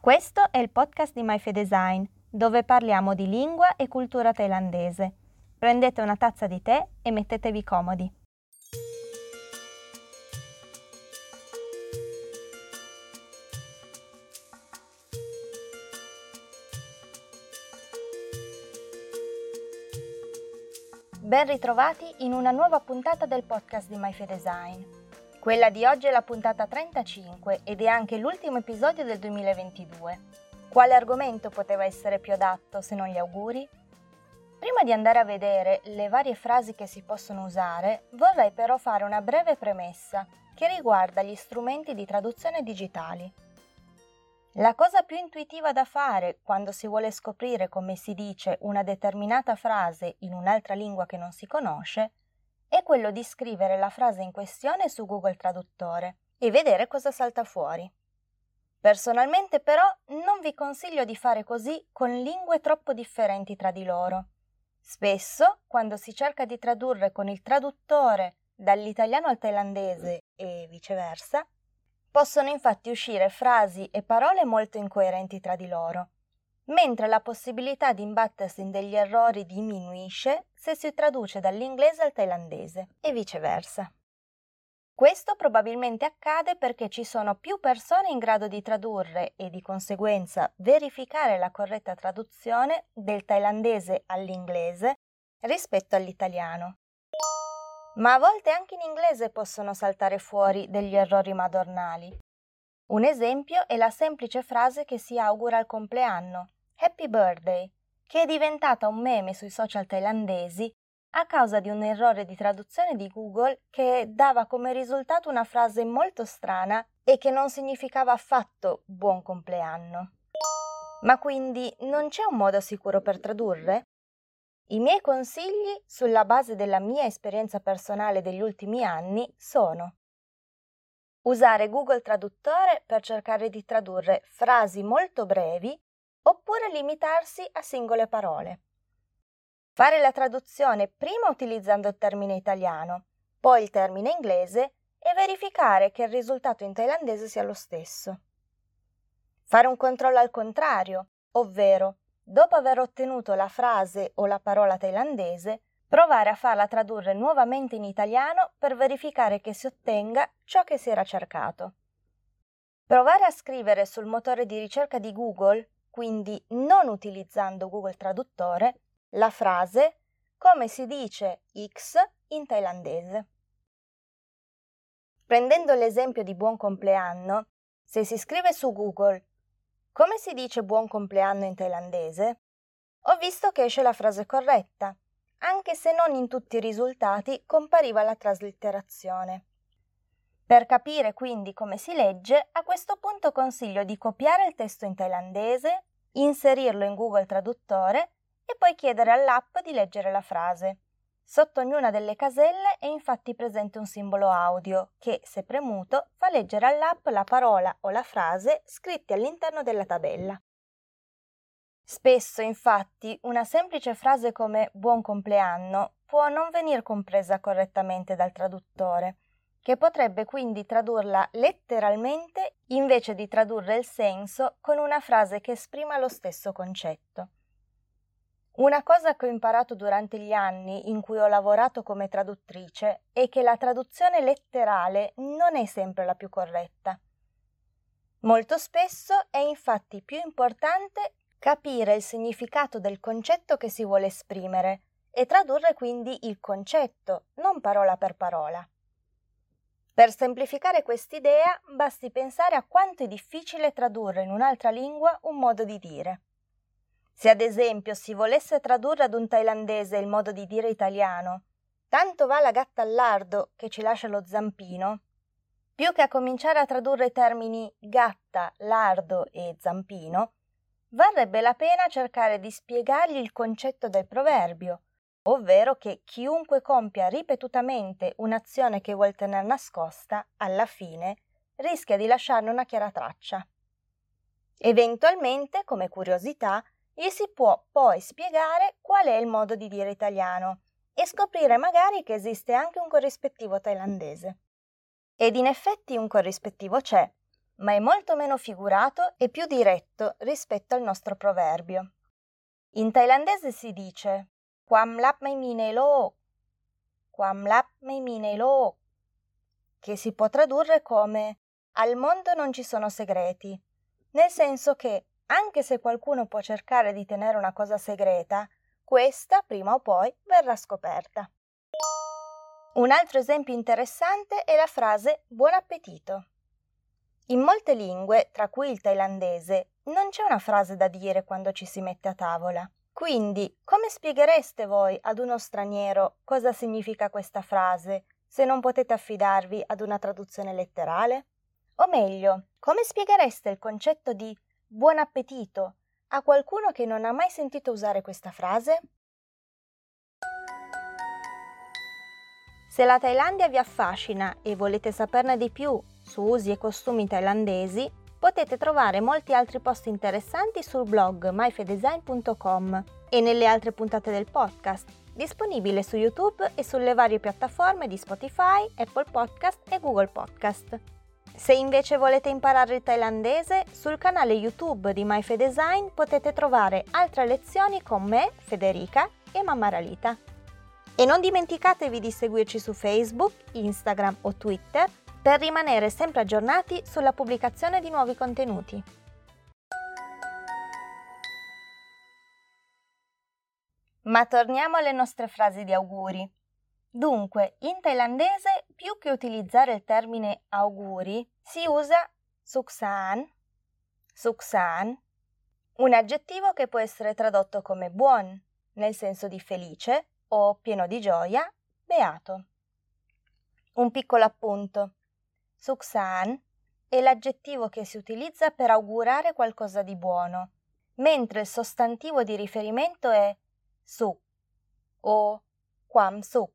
Questo è il podcast di MyFedesign, dove parliamo di lingua e cultura thailandese. Prendete una tazza di tè e mettetevi comodi. Ben ritrovati in una nuova puntata del podcast di MyFedesign. Quella di oggi è la puntata 35 ed è anche l'ultimo episodio del 2022. Quale argomento poteva essere più adatto se non gli auguri? Prima di andare a vedere le varie frasi che si possono usare, vorrei però fare una breve premessa che riguarda gli strumenti di traduzione digitali. La cosa più intuitiva da fare quando si vuole scoprire come si dice una determinata frase in un'altra lingua che non si conosce è quello di scrivere la frase in questione su Google Traduttore e vedere cosa salta fuori. Personalmente però non vi consiglio di fare così con lingue troppo differenti tra di loro. Spesso, quando si cerca di tradurre con il traduttore dall'italiano al thailandese e viceversa, possono infatti uscire frasi e parole molto incoerenti tra di loro, mentre la possibilità di imbattersi in degli errori diminuisce se si traduce dall'inglese al thailandese e viceversa. Questo probabilmente accade perché ci sono più persone in grado di tradurre e di conseguenza verificare la corretta traduzione del thailandese all'inglese rispetto all'italiano. Ma a volte anche in inglese possono saltare fuori degli errori madornali. Un esempio è la semplice frase che si augura al compleanno, Happy Birthday, che è diventata un meme sui social thailandesi a causa di un errore di traduzione di Google che dava come risultato una frase molto strana e che non significava affatto buon compleanno. Ma quindi non c'è un modo sicuro per tradurre? I miei consigli, sulla base della mia esperienza personale degli ultimi anni, sono: usare Google Traduttore per cercare di tradurre frasi molto brevi oppure limitarsi a singole parole. Fare la traduzione prima utilizzando il termine italiano, poi il termine inglese e verificare che il risultato in thailandese sia lo stesso. Fare un controllo al contrario, ovvero, dopo aver ottenuto la frase o la parola thailandese, provare a farla tradurre nuovamente in italiano per verificare che si ottenga ciò che si era cercato. Provare a scrivere sul motore di ricerca di Google, quindi non utilizzando Google Traduttore, la frase come si dice X in thailandese. Prendendo l'esempio di buon compleanno, se si scrive su Google come si dice buon compleanno in thailandese, ho visto che esce la frase corretta, anche se non in tutti i risultati compariva la traslitterazione. Per capire quindi come si legge, a questo punto consiglio di copiare il testo in thailandese, inserirlo in Google Traduttore e poi chiedere all'app di leggere la frase. Sotto ognuna delle caselle è infatti presente un simbolo audio che, se premuto, fa leggere all'app la parola o la frase scritti all'interno della tabella. Spesso, infatti, una semplice frase come buon compleanno può non venir compresa correttamente dal traduttore, che potrebbe quindi tradurla letteralmente invece di tradurre il senso con una frase che esprima lo stesso concetto. Una cosa che ho imparato durante gli anni in cui ho lavorato come traduttrice è che la traduzione letterale non è sempre la più corretta. Molto spesso è infatti più importante capire il significato del concetto che si vuole esprimere e tradurre quindi il concetto, non parola per parola. Per semplificare quest'idea, basti pensare a quanto è difficile tradurre in un'altra lingua un modo di dire. Se ad esempio si volesse tradurre ad un thailandese il modo di dire italiano, tanto va la gatta al lardo che ci lascia lo zampino, più che a cominciare a tradurre i termini gatta, lardo e zampino, varrebbe la pena cercare di spiegargli il concetto del proverbio, ovvero che chiunque compia ripetutamente un'azione che vuol tener nascosta, alla fine rischia di lasciarne una chiara traccia. Eventualmente, come curiosità, gli si può poi spiegare qual è il modo di dire italiano e scoprire magari che esiste anche un corrispettivo thailandese. Ed in effetti un corrispettivo c'è. ma è molto meno figurato e più diretto rispetto al nostro proverbio. In thailandese si dice "Kwam lap mai mi nei lok", "Kwam lap mai mi nei lok", che si può tradurre come "al mondo non ci sono segreti", nel senso che anche se qualcuno può cercare di tenere una cosa segreta, questa prima o poi verrà scoperta. Un altro esempio interessante è la frase "buon appetito". In molte lingue, tra cui il thailandese, non c'è una frase da dire quando ci si mette a tavola. Quindi, come spieghereste voi ad uno straniero cosa significa questa frase se non potete affidarvi ad una traduzione letterale? O meglio, come spieghereste il concetto di buon appetito a qualcuno che non ha mai sentito usare questa frase? Se la Thailandia vi affascina e volete saperne di più su usi e costumi thailandesi, potete trovare molti altri post interessanti sul blog myfedesign.com e nelle altre puntate del podcast, disponibile su YouTube e sulle varie piattaforme di Spotify, Apple Podcast e Google Podcast. Se invece volete imparare il thailandese, sul canale YouTube di MyFedesign potete trovare altre lezioni con me, Federica e Mamma Ralita. E non dimenticatevi di seguirci su Facebook, Instagram o Twitter per rimanere sempre aggiornati sulla pubblicazione di nuovi contenuti. Ma torniamo alle nostre frasi di auguri. Dunque, in thailandese, più che utilizzare il termine auguri, si usa suksan, un aggettivo che può essere tradotto come buon, nel senso di felice, o pieno di gioia, beato. Un piccolo appunto. Suksan è l'aggettivo che si utilizza per augurare qualcosa di buono, mentre il sostantivo di riferimento è suk o kwam suk,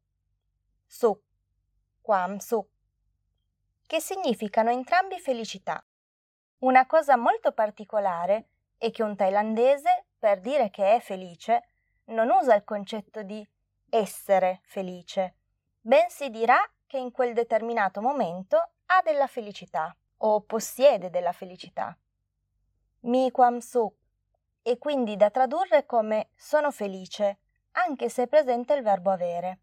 kwam suk, che significano entrambi felicità. Una cosa molto particolare è che un thailandese, per dire che è felice, non usa il concetto di essere felice, bensì dirà che in quel determinato momento ha della felicità o possiede della felicità. Mi kwam suk è quindi da tradurre come sono felice, anche se è presente il verbo avere.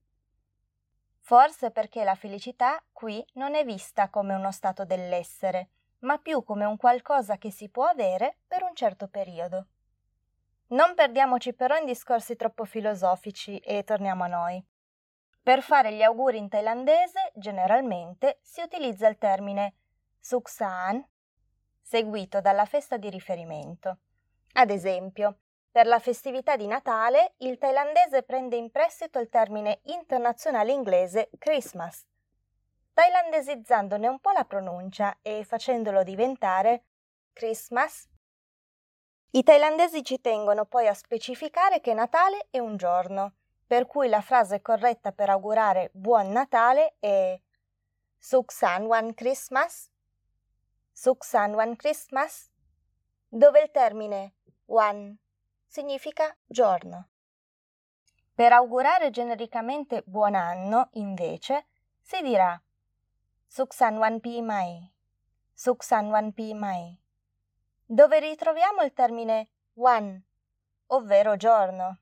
Forse perché la felicità qui non è vista come uno stato dell'essere, ma più come un qualcosa che si può avere per un certo periodo. Non perdiamoci però in discorsi troppo filosofici e torniamo a noi. Per fare gli auguri in thailandese, generalmente, si utilizza il termine suksan, seguito dalla festa di riferimento. Ad esempio, per la festività di Natale, il thailandese prende in prestito il termine internazionale inglese Christmas, thailandesizzandone un po' la pronuncia e facendolo diventare Christmas. I thailandesi ci tengono poi a specificare che Natale è un giorno, per cui la frase corretta per augurare Buon Natale è Suksan Wan Christmas, Suksan Wan Christmas, dove il termine Wan significa giorno. Per augurare genericamente buon anno, invece, si dirà Suksan Wan Pi Mai, Suksan Wan Pi Mai, dove ritroviamo il termine Wan, ovvero giorno.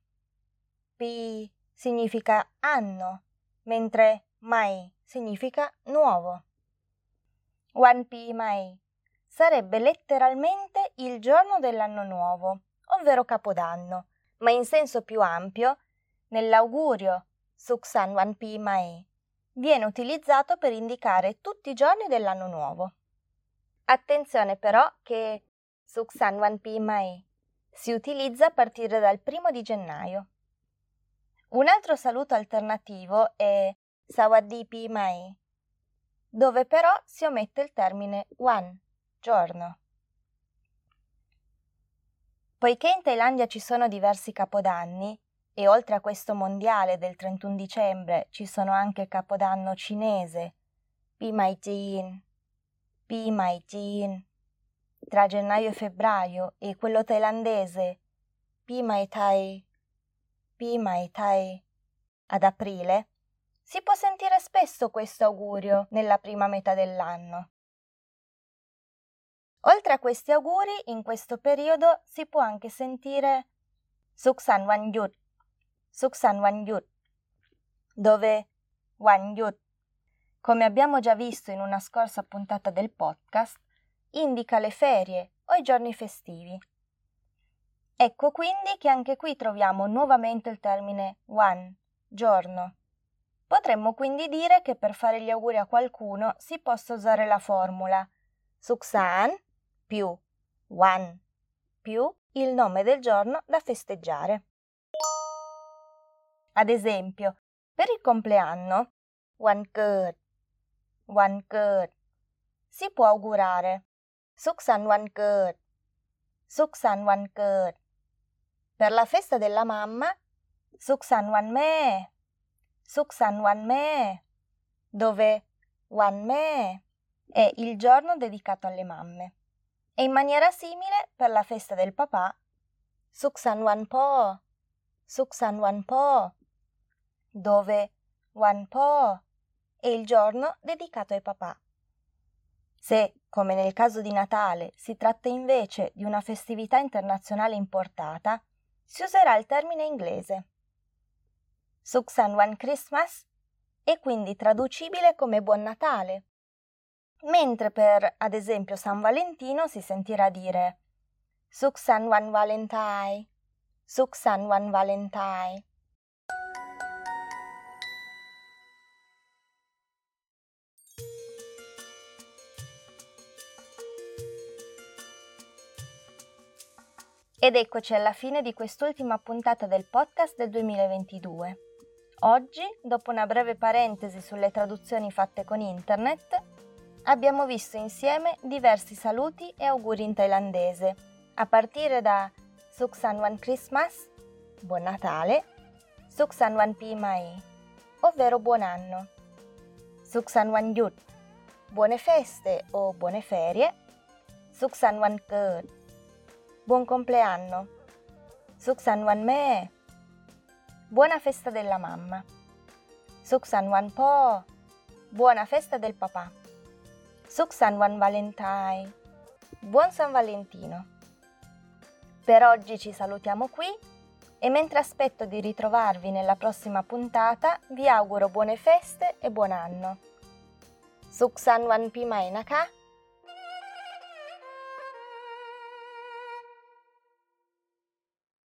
Pi significa anno, mentre Mai significa nuovo. Wan Pi Mai sarebbe letteralmente il giorno dell'anno nuovo, ovvero Capodanno, ma in senso più ampio, nell'augurio Suksan Wan Pi Mai viene utilizzato per indicare tutti i giorni dell'anno nuovo. Attenzione però che Suksan Wan Pi Mai si utilizza a partire dal 1 di gennaio. Un altro saluto alternativo è Sawadee Pi Mai, dove però si omette il termine Wan, giorno. Poiché in Thailandia ci sono diversi capodanni, e oltre a questo mondiale del 31 dicembre ci sono anche il capodanno cinese, Pi Mai Jin, Pi Mai Jin, tra gennaio e febbraio, e quello thailandese, Pi Mai Thai, Pi Mai Thai, ad aprile, si può sentire spesso questo augurio nella prima metà dell'anno. Oltre a questi auguri, in questo periodo si può anche sentire Suksan Wan Yut, dove Wan Yut, come abbiamo già visto in una scorsa puntata del podcast, indica le ferie o i giorni festivi. Ecco quindi che anche qui troviamo nuovamente il termine wan, giorno. Potremmo quindi dire che per fare gli auguri a qualcuno si possa usare la formula Suksan più wan più il nome del giorno da festeggiare. Ad esempio, per il compleanno, Wan Ket, si può augurare Suksan Wan Ket, Per la festa della mamma, Suksan Wan Me, dove Wan Me è il giorno dedicato alle mamme. E in maniera simile per la festa del papà, Suksan Wan Po, dove Wan Po è il giorno dedicato ai papà. Se, come nel caso di Natale, si tratta invece di una festività internazionale importata, si userà il termine inglese. Suksan Wan Christmas è quindi traducibile come Buon Natale, mentre per, ad esempio, San Valentino si sentirà dire Suksan Wan Valentine. Ed eccoci alla fine di quest'ultima puntata del podcast del 2022. Oggi, dopo una breve parentesi sulle traduzioni fatte con internet, abbiamo visto insieme diversi saluti e auguri in thailandese, a partire da Suksan Wan Christmas, Buon Natale, Suksan Wan Pi Mai, ovvero Buon Anno, Suksan Wan Yut, Buone Feste o Buone Ferie, Suksan Wan Ket, Buon Compleanno, Suksan Wan Me, Buona Festa della Mamma, Suksan Wan Po, Buona Festa del Papà, Suksan Wan Valentine, Buon San Valentino. Per oggi ci salutiamo qui e mentre aspetto di ritrovarvi nella prossima puntata vi auguro buone feste e buon anno. Suksan Wan Pi Mai Naka